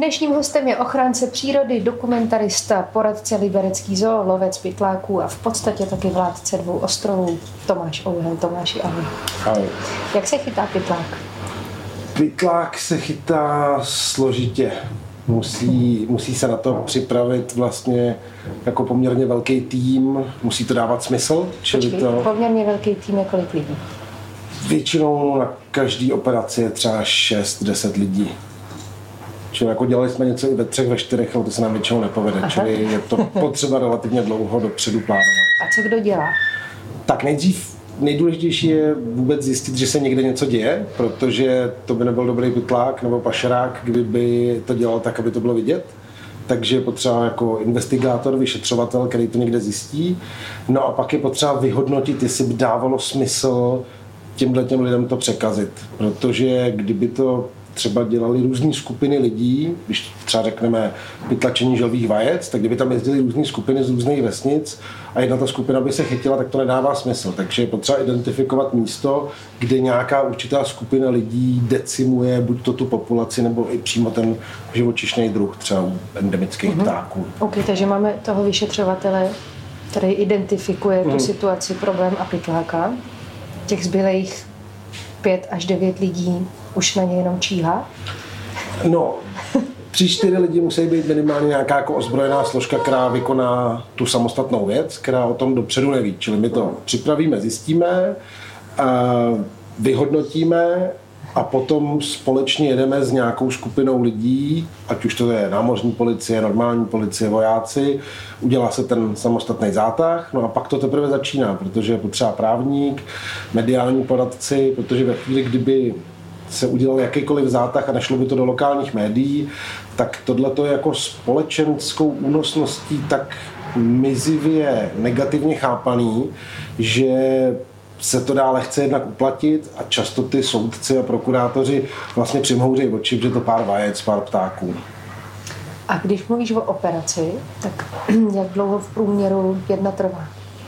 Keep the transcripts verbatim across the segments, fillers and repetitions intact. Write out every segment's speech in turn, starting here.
dnešním hostem je ochránce přírody, dokumentarista, poradce liberecký zoo, lovec pytláků a v podstatě taky vládce dvou ostrovů Tomáš Ouhel. Tomáši, ahoj. Ahoj. Jak se chytá pytlák? Pytlák se chytá složitě. Musí, musí se na to připravit vlastně jako poměrně velký tým, musí to dávat smysl. Čili Počkej, to... poměrně velký tým je kolik lidí? Většinou na každý operaci je třeba šest deset lidí. Čili jako dělali jsme něco i ve třech, ve čtyřech, ale to se nám většinou nepovede. Aha. Čili je to potřeba relativně dlouho dopředu plánovat. A co kdo dělá? Tak nejdřív nejdůležitější je vůbec zjistit, že se někde něco děje, protože to by nebyl dobrý pytlák nebo pašerák, kdyby to dělal tak, aby to bylo vidět. Takže je potřeba jako investigátor, vyšetřovatel, který to někde zjistí. No a pak je potřeba vyhodnotit, jestli by dávalo smysl těmhle těm lidem to překazit. Protože kdyby to třeba dělali různé skupiny lidí, když třeba řekneme pytlačení želvých vajec, tak kdyby tam jezdili různé skupiny z různých vesnic a jedna ta skupina by se chytila, tak to nedává smysl. Takže je potřeba identifikovat místo, kde nějaká určitá skupina lidí decimuje buď to tu populaci, nebo i přímo ten živočišný druh, třeba endemických mm-hmm. ptáků. Ok, takže máme toho vyšetřovatele, který identifikuje mm. tu situaci, problém a pytláka. Těch zbylejch pět až devět lidí už na ně jenom číhá? No, tři, čtyři lidi musí být minimálně nějaká jako ozbrojená složka, která vykoná tu samostatnou věc, která o tom dopředu neví. Čili my to připravíme, zjistíme, vyhodnotíme a potom společně jedeme s nějakou skupinou lidí, ať už to je námořní policie, normální policie, vojáci, udělá se ten samostatný zátah, no a pak to teprve začíná, protože je potřeba právník, mediální poradci, protože ve chvíli, kdyby se udělal jakýkoliv zátah a nešlo by to do lokálních médií, tak tohleto je jako společenskou únosností tak mizivě negativně chápaný, že se to dá lehce jednak uplatit a často ty soudci a prokurátoři vlastně přimhouří oči, že to pár vajec, pár ptáků. A když mluvíš o operaci, tak jak dlouho v průměru jedna trvá?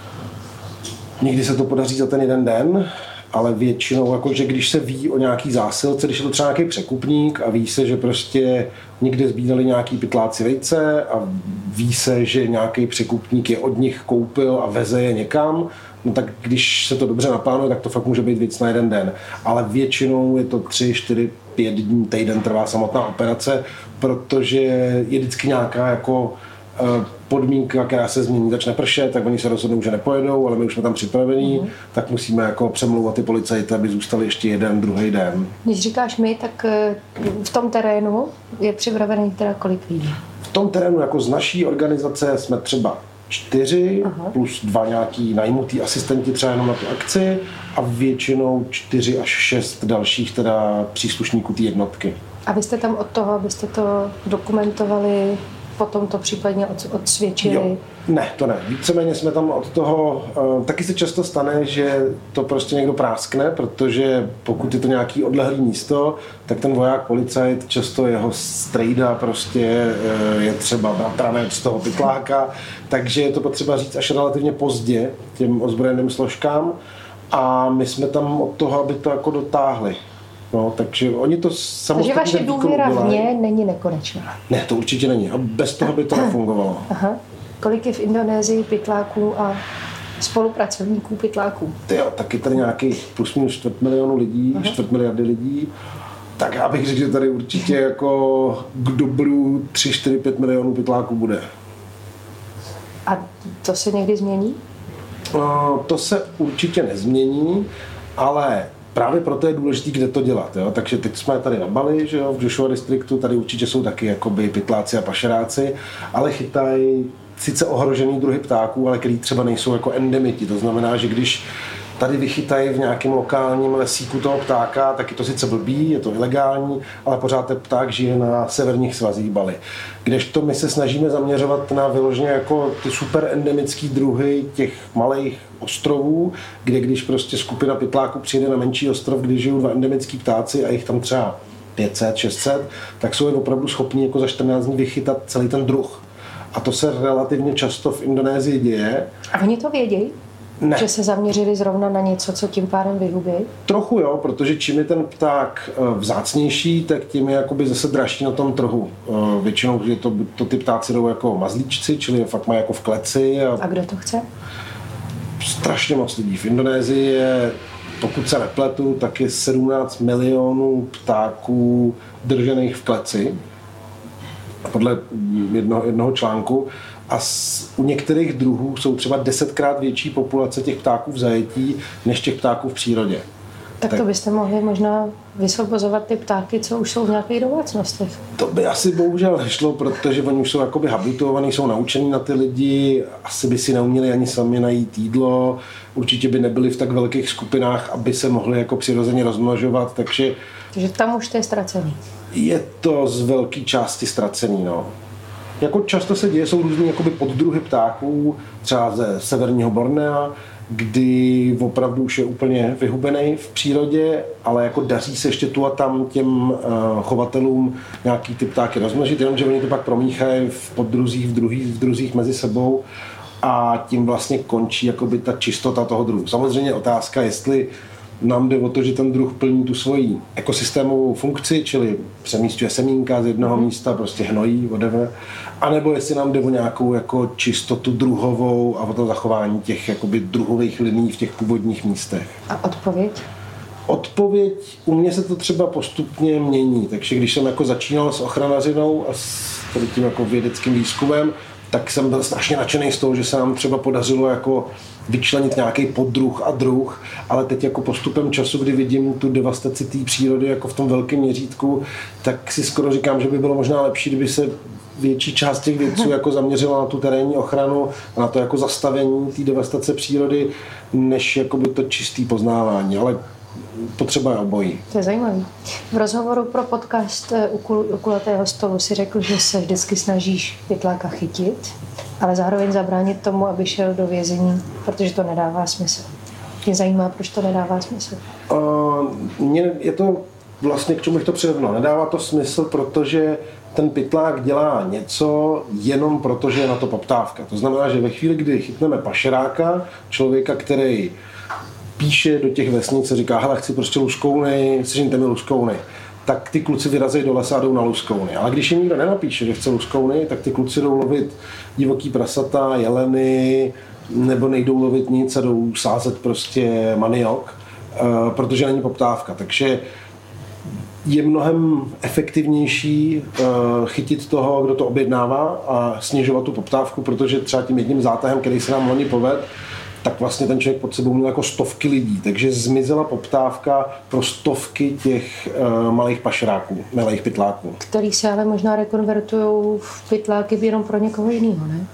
Někdy se to podaří za ten jeden den, ale většinou, jakože když se ví o nějaký zásilce, když je to třeba nějaký překupník a ví se, že prostě někde sbírali nějaký pytláci vejce a ví se, že nějaký překupník je od nich koupil a veze je někam, no tak když se to dobře naplánuje, tak to fakt může být víc na jeden den. Ale většinou je to tři, čtyři, pět dní, týden trvá samotná operace, protože je vždycky nějaká jako podmínka, která se změní, začne pršet, tak oni se rozhodnou, že nepojedou, ale my už jsme tam připravení, mm. tak musíme jako přemlouvat ty policajty, aby zůstali ještě jeden, druhý den. Když říkáš my, tak v tom terénu je připravený teda kolik lidí? V tom terénu jako z naší organizace jsme třeba čtyři, Aha. plus dva nějaký najmutý asistenti třeba jenom na tu akci a většinou čtyři až šest dalších teda příslušníků té jednotky. A vy jste tam od toho, abyste to dokumentovali, potom to případně odsvědčili? Jo. Ne, to ne. Víceméně jsme tam od toho, uh, taky se často stane, že to prostě někdo práskne, protože pokud je to nějaký odlehlý místo, tak ten voják, policajt, často jeho strejda prostě uh, je třeba bratranec toho pytláka, takže je to potřeba říct až relativně pozdě těm ozbrojeným složkám a my jsme tam od toho, aby to jako dotáhli. No, takže oni to samostatně. Takže vaše důvěra v ně není nekonečná. Ne, to určitě není. A bez toho by to nefungovalo. Aha. Kolik je v Indonésii pytláků a spolupracovníků pytláků? Ty jo, taky tady nějaký plus minus čtvrt milionu lidí, Aha. čtvrt miliardy lidí. Tak já bych řekl, že tady určitě jako k dobru tři, čtyři, pět milionů pytláků bude. A to se někdy změní? No, to se určitě nezmění, ale právě proto je důležité, kde to dělat. Jo? Takže teď jsme tady na Bali, že jo, v Joshua distriktu, tady určitě jsou taky jakoby pytláci a pašeráci, ale chytají sice ohrožený druhy ptáků, ale který třeba nejsou jako endemiti. To znamená, že když tady vychytají v nějakém lokálním lesíku toho ptáka, tak je to sice blbý, je to ilegální, ale pořád ten pták žije na severních svazích Bali. Kdežto my se snažíme zaměřovat na vyloženě jako ty super endemický druhy těch malých ostrovů, kde když prostě skupina pytláků přijde na menší ostrov, kde žijou dva endemický ptáci a jich tam třeba pět set, šest set, tak jsou je opravdu schopni jako za čtrnáct dní vychytat celý ten druh. A to se relativně často v Indonésii děje. A oni to vědí? Ne. Že se zaměřili zrovna na něco, co tím pádem vyhubí? Trochu jo, protože čím je ten pták vzácnější, tak tím je jakoby zase dražší na tom trhu. Většinou je to, to ty ptáci jdou jako mazlíčci, čili fakt mají jako v kleci. A, a kdo to chce? Strašně moc lidí. V Indonésii je, pokud se nepletu, tak je sedmnáct milionů ptáků držených v kleci. Podle jednoho, jednoho článku. A s, u některých druhů jsou třeba desetkrát větší populace těch ptáků v zajetí, než těch ptáků v přírodě. Tak, tak to byste mohli možná vysvobozovat ty ptáky, co už jsou v nějakých domácnostech. To by asi bohužel nešlo, protože oni už jsou jakoby habituovaní, jsou naučení na ty lidi, asi by si neuměli ani sami najít jídlo, určitě by nebyli v tak velkých skupinách, aby se mohli jako přirozeně rozmnožovat, takže... Takže tam už to je ztracený. Je to z velké části ztracený, no. Jako často se děje, jsou různý jakoby poddruhy ptáků, třeba ze severního Bornea, kdy opravdu už je úplně vyhubený v přírodě, ale jako daří se ještě tu a tam těm uh, chovatelům nějaký ty ptáky rozmnožit, jenomže oni to pak promíchají v poddruzích, v druhých, v druzích mezi sebou a tím vlastně končí jakoby ta čistota toho druhu. Samozřejmě otázka, jestli nám jde o to, že ten druh plní tu svoji ekosystémovou funkci, čili přemísťuje semínka z jednoho místa, prostě hnojí, whatever, anebo jestli nám jde o nějakou jako čistotu druhovou a o to zachování těch jakoby druhových linií v těch původních místech. A odpověď? Odpověď, u mě se to třeba postupně mění, takže když jsem jako začínal s ochranařinou a s tím jako vědeckým výzkumem, tak jsem byl strašně nadšený z toho, že se nám třeba podařilo jako vyčlenit nějaký poddruh a druh, ale teď jako postupem času, kdy vidím tu devastaci té přírody jako v tom velkém měřítku, tak si skoro říkám, že by bylo možná lepší, kdyby se větší část těch vědců jako zaměřila na tu terénní ochranu a na to jako zastavení té devastace přírody, než jakoby to čistý poznávání, ale potřeba je obojí. To je zajímavý. V rozhovoru pro podcast u, kul, u kulatého stolu si řekl, že se vždycky snažíš pytláka chytit, ale zároveň zabránit tomu, aby šel do vězení, protože to nedává smysl. Mě zajímá, proč to nedává smysl. Uh, mně je to vlastně, k čemu bych to přirovnal. Nedává to smysl, protože ten pytlák dělá něco jenom proto, že je na to poptávka. To znamená, že ve chvíli, kdy chytneme pašeráka, člověka, který píše do těch vesnic a říká, hele, chci prostě luskouny, sežeňte mi luskouny, tak ty kluci vyrazejí do lesa a jdou na luskouny. Ale když jim nikdo nenapíše, že chce luskouny, tak ty kluci jdou lovit divoký prasata, jeleny, nebo nejdou lovit nic a jdou sázet prostě maniok, protože není poptávka. Takže je mnohem efektivnější chytit toho, kdo to objednává a snižovat tu poptávku, protože třeba tím jedním zátahem, který se nám loni povedl, tak vlastně ten člověk pod sebou měl jako stovky lidí, takže zmizela poptávka pro stovky těch uh, malých pašeráků, malých pytláků. Který se ale možná rekonvertují v pytláky jenom pro někoho jiného, ne?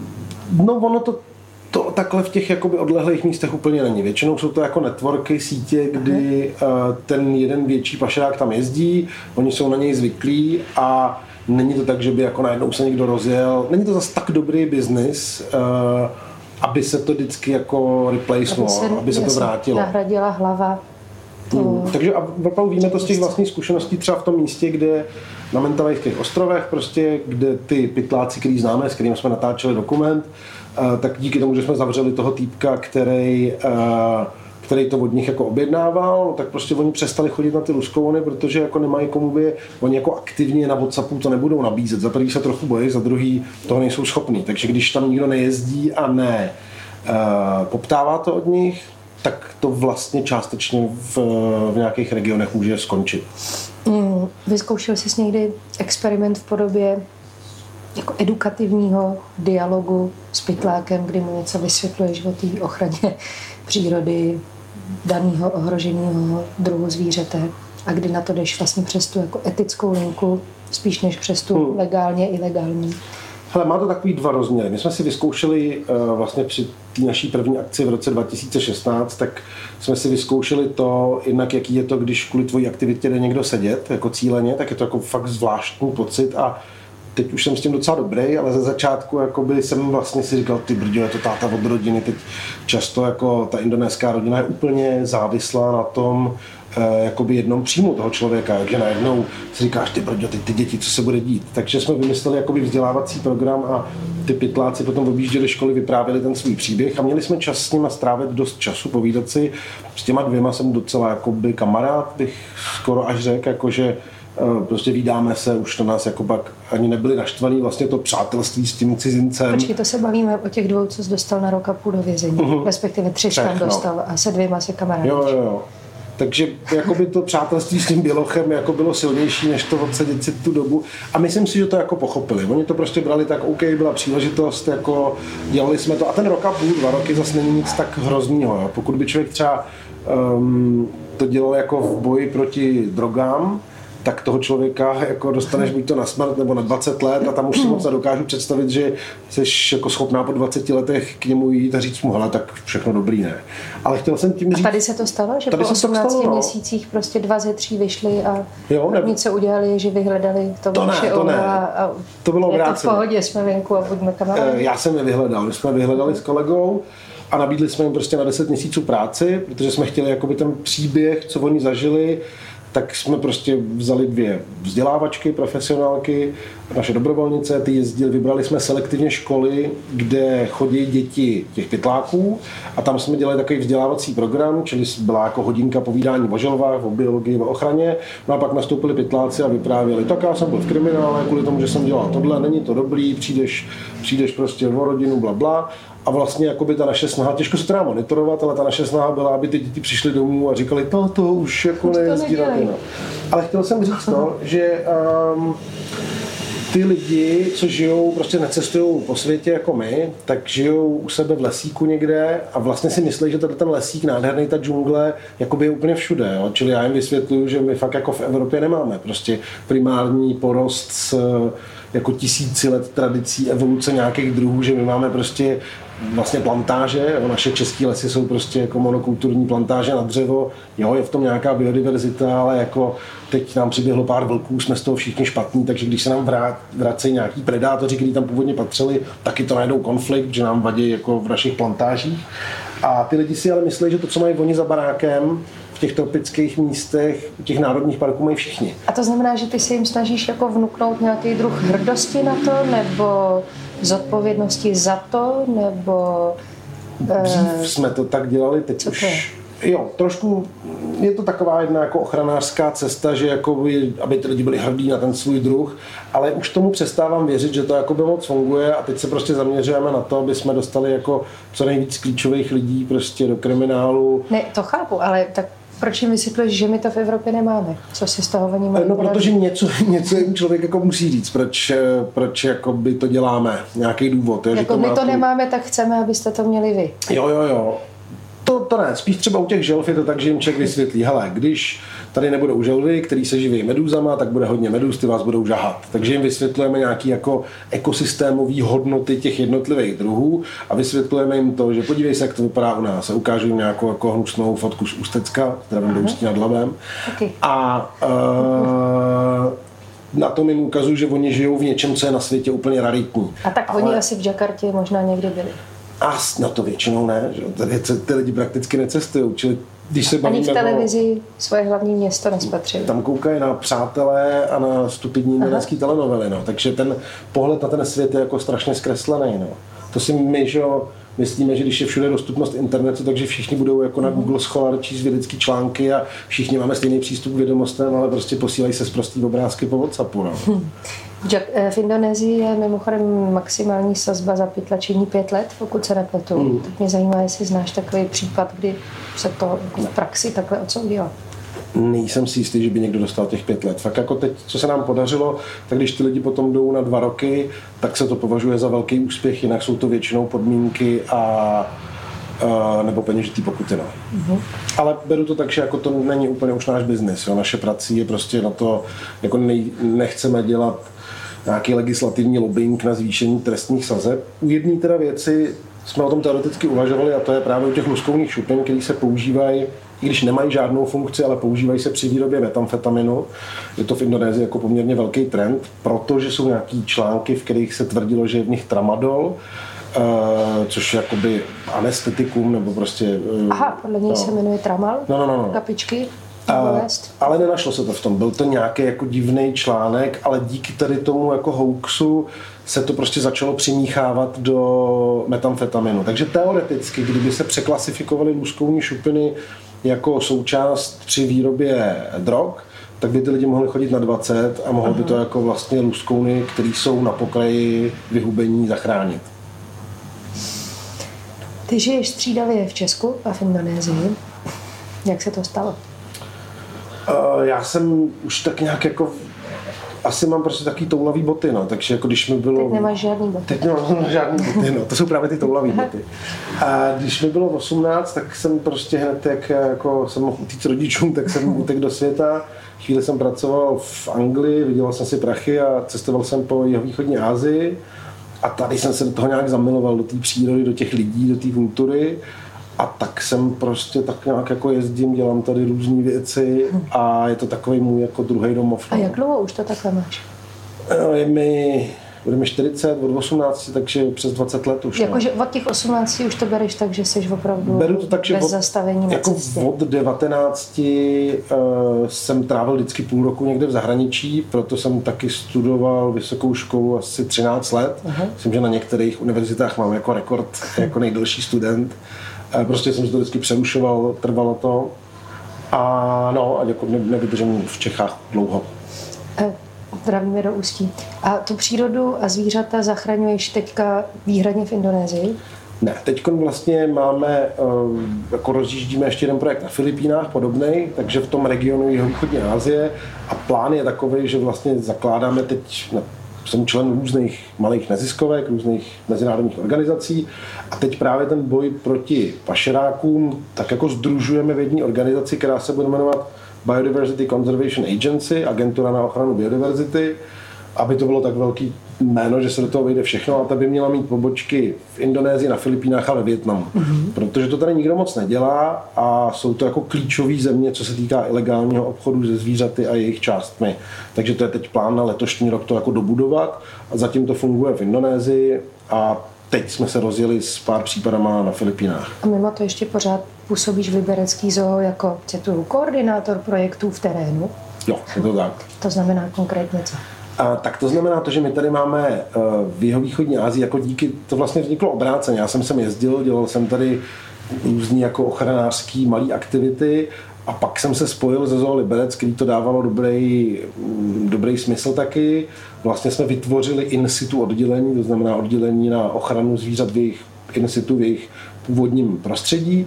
No ono to, to takhle v těch jakoby odlehlých místech úplně není. Většinou jsou to jako networky, sítě, kdy uh, ten jeden větší pašerák tam jezdí, oni jsou na něj zvyklí a není to tak, že by jako najednou se někdo rozjel. Není to zase tak dobrý biznis, uh, aby se to vždycky jako replaceovalo, aby se, aby se to vrátilo. Nahradila hlava. To... Hmm, takže a opravdu víme to z těch vlastních zkušeností třeba v tom místě, kde na Mentavejských ostrovech, prostě, kde ty pytláci, který známe, s kterými jsme natáčeli dokument, uh, tak díky tomu, že jsme zavřeli toho týpka, který, uh, který to od nich jako objednával, no, tak prostě oni přestali chodit na ty luskouny, protože jako nemají komu by, oni jako aktivně na WhatsAppu to nebudou nabízet. Za prvý se trochu bojí, za druhý toho nejsou schopní. Takže když tam nikdo nejezdí a ne uh, poptává to od nich, tak to vlastně částečně v, v nějakých regionech může skončit. Mm, vyzkoušel jsi někdy experiment v podobě jako edukativního dialogu s pytlákem, kdy mu něco vysvětluješ o té ochraně přírody, daného ohroženého druhu zvířete a kdy na to jdeš vlastně přes tu jako etickou linku, spíš než přes tu hmm. legálně ilegální. Hele, má to takový dva rozměry. My jsme si vyzkoušeli uh, vlastně při naší první akci v roce dva tisíce šestnáct, tak jsme si vyzkoušeli to, jednak jaký je to, když kvůli tvojí aktivitě jde někdo sedět, jako cíleně, tak je to jako fakt zvláštní pocit a teď už jsem s tím docela dobrý, ale ze začátku jakoby jsem vlastně si říkal, ty brďo, je to táta od rodiny, teď často jako ta indonéská rodina je úplně závislá na tom, eh, jakoby jednom příjmu toho člověka, takže najednou si říkáš, ty brďo, teď ty děti, co se bude dít. Takže jsme vymysleli jakoby vzdělávací program a ty pytláci potom objížděli školy, vyprávěli ten svůj příběh a měli jsme čas s nima strávit dost času, povídat si. S těma dvěma jsem docela jakoby kamarád, bych skoro až řekl, jakože prostě vídáme se, už to nás jako pak ani nebyli naštvaný, vlastně to přátelství s tím cizincem. Počkej, to se bavíme o těch dvou, co jsi dostal na rok a půl do vězení, uh-huh. respektive tři tam dostal no. a se dvěma se kamarádíš. Jo, jo, jo. Takže jakoby to přátelství s tím bělochem jako bylo silnější, než to odsedět si tu dobu. A myslím si, že to jako pochopili. Oni to prostě brali tak, OK, byla příležitost, jako dělali jsme to. A ten rok a půl, dva roky zase není nic tak hroznýho. Jo. Pokud by člověk třeba um, to dělal jako v boji proti drogám, tak toho člověka jako dostaneš buď to na smrt nebo na dvacet let a tam už si moc dokážu představit, že jsi jako schopná po dvaceti letech k němu jít a říct mu, hele, tak všechno dobrý, ne. Ale chtěl jsem tím říct... A tady se to stalo, že po osmnácti měsících prostě dva ze tří vyšli a nic co udělali, že vyhledali to, to vaše to ne. A, a to bylo je to v pohodě, jsme venku a buďme kamarádi. Já jsem je vyhledal, my jsme vyhledali s kolegou a nabídli jsme jim prostě na deset měsíců práci, protože jsme chtěli jakoby ten příběh, co oni zažili, tak jsme prostě vzali dvě vzdělávačky, profesionálky, naše dobrovolnice, ty jezdili, vybrali jsme selektivně školy, kde chodí děti těch pytláků a tam jsme dělali takový vzdělávací program, čili byla jako hodinka povídání o želvách, o biologii, o ochraně, no a pak nastoupili pytláci a vyprávěli, tak já jsem byl v kriminále, kvůli tomu, že jsem dělal tohle, není to dobrý, přijdeš, přijdeš prostě o rodinu, bla, bla. A vlastně jakoby ta naše snaha, těžko se to dá monitorovat, ale ta naše snaha byla, aby ty děti přišly domů a říkali, to, to už jako nejezdí na no. Ale chtěl jsem říct to, že um, ty lidi, co žijou, prostě necestují po světě jako my, tak žijou u sebe v lesíku někde a vlastně si myslí, že tady ten lesík nádherný, ta džungle, jakoby je úplně všude. Jo? Čili já jim vysvětluju, že my fakt jako v Evropě nemáme prostě primární porost s jako tisíci let tradicí evoluce nějakých druhů, že my máme prostě vlastně plantáže, naše české lesy jsou prostě jako monokulturní plantáže na dřevo, jo, je v tom nějaká biodiverzita, ale jako teď nám přiběhlo pár vlků, jsme z toho všichni špatní, takže když se nám vrát, vracejí nějaký predátoři, kteří tam původně patřili, taky to najdou konflikt, že nám vadí jako v našich plantážích. A ty lidi si ale myslí, že to, co mají oni za barákem, v těch tropických místech, v těch národních parků mají všichni. A to znamená, že ty se jim snažíš jako vnuknout nějaký druh hrdosti na to, nebo zodpovědnosti za to, nebo... Dřív e... jsme to tak dělali, teď už... Jo, trošku je to taková jedna jako ochranářská cesta, že jako by, aby ty lidi byli hrdí na ten svůj druh, ale už tomu přestávám věřit, že to jako by moc funguje a teď se prostě zaměřujeme na to, aby jsme dostali jako co nejvíc klíčových lidí prostě do kriminálu. Ne, to chápu, ale tak proč jim vysvětluješ, že my to v Evropě nemáme? Co si z toho oni mají? No, protože něco, něco jim člověk jako musí říct, proč, proč jako by to děláme, nějaký důvod. Jo, jako že to my to tu... nemáme, tak chceme, abyste to měli vy. Jo, jo, jo. To, to ne, spíš třeba u těch želv je to tak, že jim člověk vysvětlí, hele, když tady nebudou želvy, který se živí medúzama, tak bude hodně medúz, ty vás budou žahat. Takže jim vysvětlujeme nějaký jako ekosystémový hodnoty těch jednotlivých druhů a vysvětlujeme jim to, že podívej se, jak to vypadá u nás. A ukážu jim nějakou jako hnusnou fotku z Ústecka, zdravím do Ústí nad Labem. Okay. A uh, na tom jim ukazuju, že oni žijou v něčem, co je na světě úplně raritní. A tak Ale... oni asi v Jakartě možná někdy byli. A na to většinou ne, že? Tady ty lidi prakticky necestují, čili když se bavíme... Ani v televizi o... svoje hlavní město nespatřili. Tam koukají na Přátelé a na stupidní německý telenovely, no. Takže ten pohled na ten svět je jako strašně zkreslený, no. To si my, že jo, myslíme, že když je všude dostupnost internetu, takže všichni budou jako na Google scholar číst vědecký články a všichni máme stejný přístup k vědomostem, ale prostě posílají se z prostý obrázky po WhatsAppu, no. Hm. V Indonésii je mimochodem maximální sazba za pytlačení pět let, pokud se nepletu. Mm. Tak mě zajímá, jestli znáš takový případ, kdy se to v praxi takhle odsoudilo. Nejsem si jistý, že by někdo dostal těch pět let. Fakt jako teď, co se nám podařilo, tak když ty lidi potom jdou na dva roky, tak se to považuje za velký úspěch, jinak jsou to většinou podmínky a Uh, nebo peněžitý pokuty. No. Uh-huh. Ale beru to tak, že jako to není úplně už náš biznis. Jo. Naše prací je prostě na to, jako nej, nechceme dělat nějaký legislativní lobbying na zvýšení trestních sazeb. U jedné teda věci jsme o tom teoreticky uvažovali a to je právě u těch luskouních šupin, které se používají i když nemají žádnou funkci, ale používají se při výrobě metamfetaminu. Je to v Indonésii jako poměrně velký trend, protože jsou nějaký články, v kterých se tvrdilo, že je v nich tramadol, Uh, což je jakoby anestetikum, nebo prostě... Uh, Aha, podle něj no. se jmenuje tramal? No, no, no. no. Kapičky? Uh, ale nenašlo se to v tom. Byl to nějaký jako divný článek, ale díky tady tomu jako hoaxu se to prostě začalo přimíchávat do metamfetaminu. Takže teoreticky, kdyby se překlasifikovaly lůzkounní šupiny jako součást při výrobě drog, tak by ty lidi mohli chodit na dvacet a mohlo by to jako vlastně lůzkouny, které jsou na pokraji vyhubení, zachránit. Ty žiješ střídavě v Česku a v Indonésii. Jak se to stalo? Uh, já jsem už tak nějak jako... Asi mám prostě taky toulavý boty, no, takže jako když mi bylo... Teď nemáš žádný boty. Teď nemám žádný boty, no, to jsou právě ty toulavý boty. A když mi bylo osmnáct, tak jsem prostě hned, jak jako jsem mohl utíct rodičům, tak jsem utekl do světa. Chvíli jsem pracoval v Anglii, vydělal jsem si prachy a cestoval jsem po jihovýchodní Asii. A tady jsem se do toho nějak zamiloval, do té přírody, do těch lidí, do té kultury. A tak jsem prostě tak nějak jako jezdím, dělám tady různé věci a je to takový můj jako druhý domov. A jak dlouho už to takhle máš? Je mi, bude mi čtyřicet, od osmnácti, takže přes dvacet let už. Jakože od těch osmnácti už to bereš tak, že jsi opravdu Beru to tak, že bez od, zastavení na jako cestě. od devatenácti uh, jsem trávil vždycky půl roku někde v zahraničí, proto jsem taky studoval vysokou školu asi třináct let. Uh-huh. Myslím, že na některých univerzitách mám jako rekord, jako nejdelší student. Prostě jsem si to vždycky přerušoval, trvalo to a no, a jako nevydržím v Čechách dlouho. Zdravíme do Ústí. A tu přírodu a zvířata zachraňuješ teďka výhradně v Indonésii? Ne, teď vlastně máme, jako rozjíždíme ještě jeden projekt na Filipínách, podobnej, takže v tom regionu jihovýchodní Asie a plán je takový, že vlastně zakládáme teď na jsem člen různých malých neziskovek, různých mezinárodních organizací a teď právě ten boj proti pašerákům tak jako sdružujeme v jedné organizaci, která se bude jmenovat Biodiversity Conservation Agency, agentura na ochranu biodiverzity, aby to bylo tak velký jméno, že se do toho vejde všechno a ta by měla mít pobočky v Indonésii, na Filipínách a ve Vietnamu. Mm-hmm. Protože to tady nikdo moc nedělá a jsou to jako klíčové země, co se týká ilegálního obchodu se zvířaty a jejich částmi. Takže to je teď plán na letošní rok to jako dobudovat a zatím to funguje v Indonésii a teď jsme se rozjeli s pár případama na Filipínách. A mimo to ještě pořád působíš v Liberecký zoo jako, cituju, koordinátor projektů v terénu? Jo, je to tak. To znamená konkrétně co? A tak to znamená to, že my tady máme v jihovýchodní Asii, jako díky, to vlastně vzniklo obráceně. Já jsem sem jezdil, dělal jsem tady různý jako ochranářský malý aktivity a pak jsem se spojil se Zoo Liberec, který to dávalo dobrý, dobrý smysl taky. Vlastně jsme vytvořili in situ oddělení, to znamená oddělení na ochranu zvířat v jejich in situ, v jejich původním prostředí,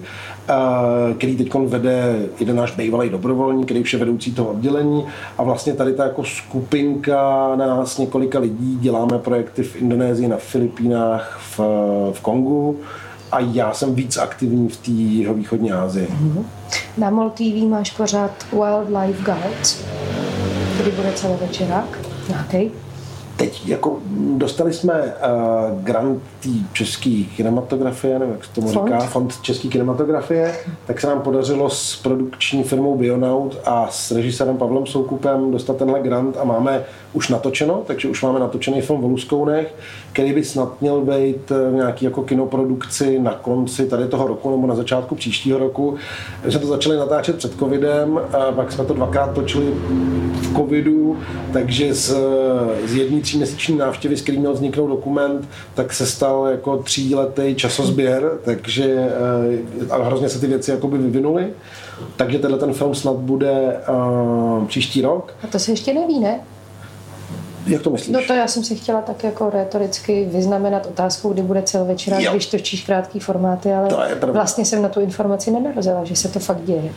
který teď vede jeden náš bývalý dobrovolník, který už je vedoucí toho oddělení a vlastně tady ta jako skupinka nás několika lidí děláme projekty v Indonésii, na Filipínách, v, v Kongu a já jsem víc aktivní v té jihovýchodní Asii. Mm-hmm. Na MOL T V máš pořád Wildlife Guides, kdy bude celovečerák, nějaký. Teď jako dostali jsme uh, grant té české kinematografie, nevím, jak se tomu Fond? říká, Fond české kinematografie, tak se nám podařilo s produkční firmou Bionaut a s režisérem Pavlem Soukupem dostat tenhle grant a máme už natočeno, takže už máme natočený film o lůzkounech, který by snad měl být v nějaký jako kinoprodukci na konci tady toho roku nebo na začátku příštího roku. My jsme to začali natáčet před covidem, a pak jsme to dvakrát točili v covidu, takže z, z jedné tříměsíční návštěvy, s kterým měl vzniknout dokument, tak se stal jako tříletý časozběr, takže a hrozně se ty věci jakoby vyvinuly. Takže tenhle ten film snad bude uh, příští rok. A to se ještě neví, ne? Jak to myslíš? No to já jsem si chtěla tak jako retoricky vyznamenat otázkou, kdy bude celovečerák, Jo. když točíš krátký formáty, ale vlastně jsem na tu informaci nenarazila, že se to fakt děje.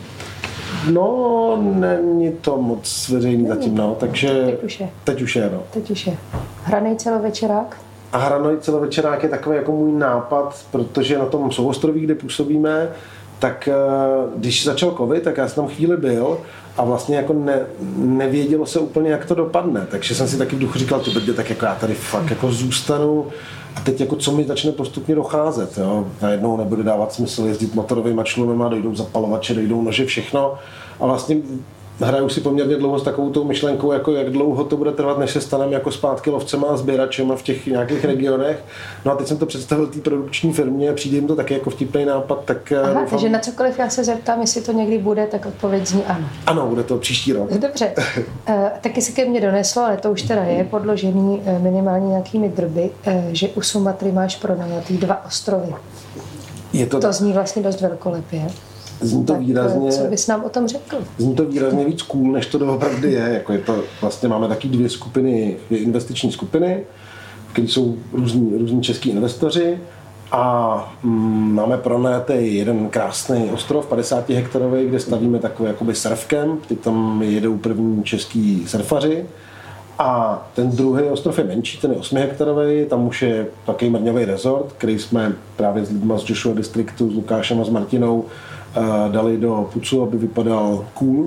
No, není to moc veřejný zatím, no, takže teď už je. Teď už je, no. Teď už je. Hranej celovečerák? A hranej celovečerák je takový jako můj nápad, protože na tom souostroví, kde působíme, tak když začal covid, tak já jsem tam chvíli byl a vlastně jako ne, nevědělo se úplně, jak to dopadne. Takže jsem si taky v duchu říkal, ty brdě, tak jako já tady fakt jako zůstanu a teď jako co mi začne postupně docházet. Jo? Najednou nebude dávat smysl jezdit motorovými člunama, dojdou zapalovače, dojdou nože, všechno. A vlastně hraju si poměrně dlouho s takovou tou myšlenkou, jako jak dlouho to bude trvat, než se staneme jako zpátky lovcema a sběračema v těch nějakých regionech. No a teď jsem to představil té produkční firmě, přijde jim to taky jako vtipný nápad, tak Aha, doufám... takže na cokoliv já se zeptám, jestli to někdy bude, tak odpověď zní ano. Ano, bude to příští rok. Dobře. E, taky se ke mně doneslo, ale to už teda je podložený minimálně nějakými drby, e, že u Sumatry máš pronajatý dva ostrovy. Je to, to zní vlastně dost velkolepě. Zní to tak výrazně, co bys nám o tom řekl? Zní to výrazně víc cool, než to doopravdy je. Jako je to, vlastně máme taky dvě skupiny, dvě investiční skupiny, které jsou různí, různí český investoři a mm, máme pronajatý jeden krásný ostrov, padesát hektarový, kde stavíme takový jakoby surf camp, teď tam jedou první český surfaři. A ten druhý ostrov je menší, ten je osm hektarový, tam už je takový mrňavý resort, který jsme právě s lidmi z Joshua Districtu, s Lukášem a s Martinou uh, dali do pucu, aby vypadal cool.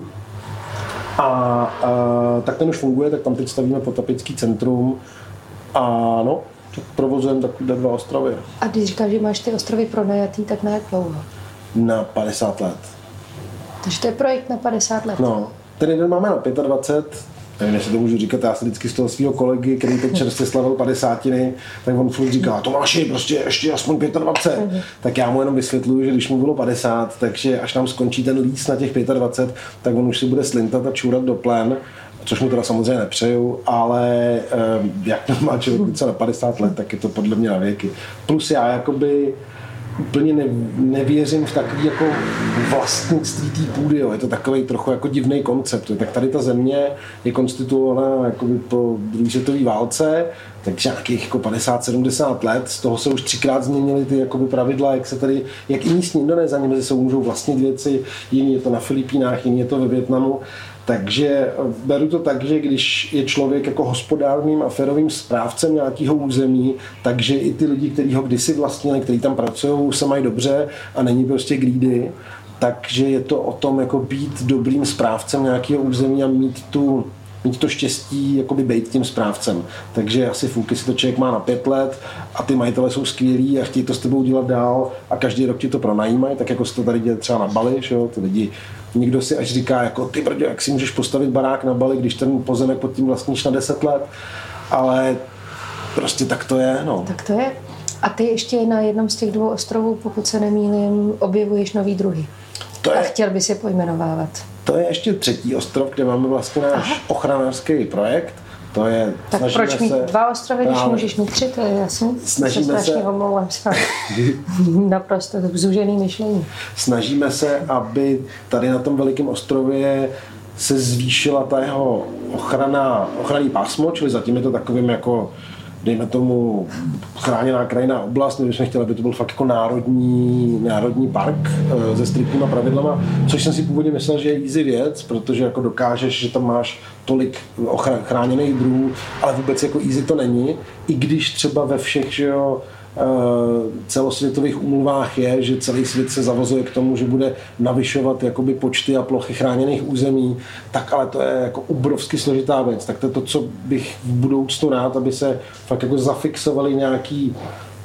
A uh, tak ten už funguje, tak tam teď stavíme potapický centrum a no, tak provozujeme takové dva ostrovy. A když říkáš, že máš ty ostrovy pronajatý, tak na jak dlouho? Na padesát let. Takže to je projekt na padesát let? No, ten jeden máme na dvacet pět. Nevím, jestli to můžu říkat, já se vždycky z toho svého kolegy, který teď čerstvě slavil padesátiny, tak on furt říká, Tomáši, prostě ještě aspoň dvacet pět. Tak já mu jenom vysvětluju, že když mu bylo padesát, takže až nám skončí ten líst na těch dvacet pět, tak on už si bude slintat a čůrat do plen, což mu teda samozřejmě nepřeju, ale eh, jak má člověk více na padesát let, tak je to podle mě na věky. Plus já jakoby úplně ne, nevěřím v takový jako vlastnictví té půdy, jo. Je to takový trochu jako divný koncept. Jo. Tak tady ta země je konstituovaná jakoby po druhé světové válce, takže nějakých jako padesát sedmdesát let, z toho se už třikrát změnily ty jakoby pravidla, jak se tady, jak i místní Indonézani mezi sebou můžou vlastnit věci, jiný je to na Filipínách, jiný je to ve Vietnamu. Takže beru to tak, že když je člověk jako hospodárným a férovým správcem nějakého území, takže i ty lidi, kteří ho kdysi vlastnili, kteří tam pracují, se mají dobře a není prostě greedy, takže je to o tom jako být dobrým správcem nějakého území a mít tu mít to štěstí jakoby být tím správcem. Takže asi fůky si to člověk má na pět let a ty majitele jsou skvělí a chtějí to s tebou dělat dál a každý rok ti to pronajímají, tak jako se to tady děje třeba na Bali, že jo, ty lidi, někdo si až říká jako ty brďo, jak si můžeš postavit barák na Bali, když ten pozemek pod tím vlastníš na deset let, ale prostě tak to je, no. Tak to je. A ty ještě na jednom z těch dvou ostrovů, pokud se nemýlím, objevuješ nový druhy. To je... A chtěl bys je pojmenovávat. To je ještě třetí ostrov, kde máme vlastně náš Aha. ochranářský projekt. To je, tak proč mít se, dva ostrovy, když můžeš mít tři, to je jasný. Snažíme se... omlouvám se. Naprosto zužený myšlení. Snažíme se, aby tady na tom velikém ostrově se zvýšila ta jeho ochrana, ochranný pásmo, čili zatím je to takovým jako dejme tomu chráněná krajinná oblast, my bychom chtěli, aby to byl fakt jako národní, národní park e, se striktníma pravidlama, což jsem si původně myslel, že je easy věc, protože jako dokážeš, že tam máš tolik ochra- chráněných druhů, ale vůbec jako easy to není, i když třeba ve všech, že jo, celosvětových úmluvách je, že celý svět se zavazuje k tomu, že bude navyšovat jakoby počty a plochy chráněných území, tak ale to je jako obrovsky složitá věc. Tak to je to, co bych v budoucnu rád, aby se fakt jako zafixovaly nějaký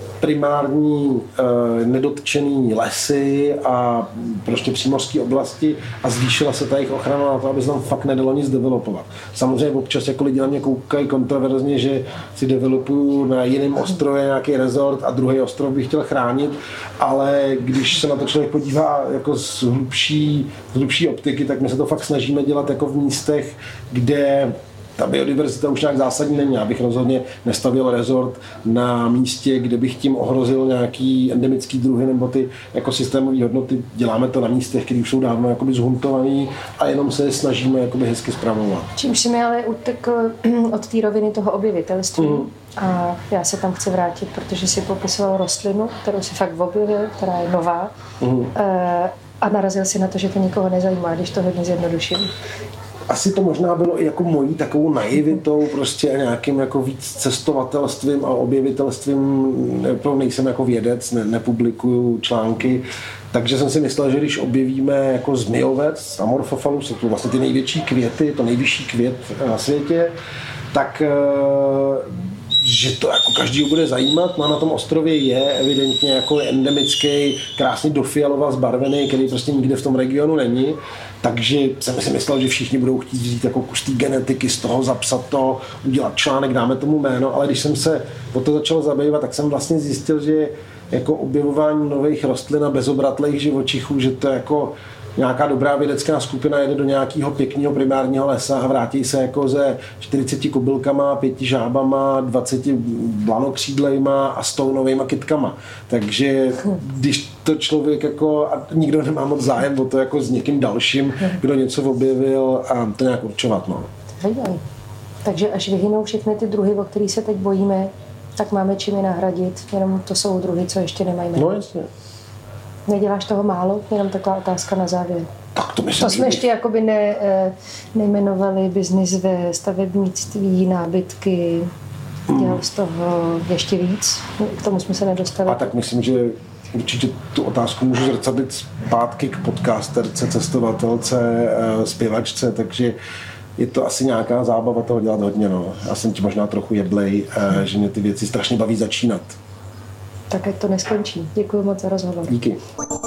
primární e, nedotčený lesy a prostě přímořské oblasti a zvýšila se ta jejich ochrana na to, aby se tam fakt nedalo nic developovat. Samozřejmě občas jako lidi na mě koukají kontroverzně, že si developuju na jiném ostrově nějaký resort a druhý ostrov bych chtěl chránit, ale když se na to člověk podívá jako z hlubší, z hlubší optiky, tak my se to fakt snažíme dělat jako v místech, kde ta biodiverzita už nějak zásadní není. Já bych rozhodně nestavil resort na místě, kde bych tím ohrozil nějaký endemický druhy nebo ty ekosystémové hodnoty. Děláme to na místech, které už jsou dávno jakoby zhuntovaný a jenom se snažíme jakoby hezky spravovat. Čímž si mi ale utekl od té roviny toho objevitelství. Mm. A já se tam chci vrátit, protože si popisoval rostlinu, kterou si fakt objevil, která je nová. Mm. A narazil si na to, že to nikoho nezajímá, když to hodně zjednoduším. asi to možná bylo i jako mojí takovou naivitou prostě a nějakým jako víc cestovatelstvím a objevitelstvím. Nejsem jako vědec, ne, nepublikuju články, takže jsem si myslel, že když objevíme jako zmijovec, Amorphophallus, to vlastně ty největší květy, to nejvyšší květ na světě, tak že to jako každýho bude zajímat. No a na tom ostrově je evidentně jako endemický, krásně dofialova zbarvený, který prostě nikde v tom regionu není. Takže jsem si myslel, že všichni budou chtít vzít jako kus té genetiky z toho, zapsat to, udělat článek, dáme tomu jméno, ale když jsem se o to začal zabývat, tak jsem vlastně zjistil, že jako objevování nových rostlin a bezobratlých živočichů, že to je jako nějaká dobrá vědecká skupina jede do nějakého pěkného primárního lesa a vrátí se jako ze čtyřiceti kobylkama, pěti žábama, dvaceti blanokřídlejma a stou novejma kytkama. Takže když to člověk jako, a nikdo nemá moc zájem o to jako s někým dalším, kdo něco objevil a to nějak určovat. No. Takže až vyhynou všechny ty druhy, o kterých se teď bojíme, tak máme čím je nahradit, jenom to jsou druhy, co ještě nemají jméno. No jasně. Neděláš toho málo? Jenom taková otázka na závěr. Tak to myslím, to jsme ještě jakoby ne, nejmenovali biznis ve stavebnictví, nábytky. Hmm. Dělal z toho ještě víc? K tomu jsme se nedostali. A tak myslím, že určitě tu otázku můžu zrcadlit zpátky k podcasterce, cestovatelce, zpěvačce, takže je to asi nějaká zábava toho dělat hodně. No. Já jsem ti možná trochu jeblej, že mě ty věci strašně baví začínat. Tak ať to neskončí. Děkuji moc za rozhovor. Díky.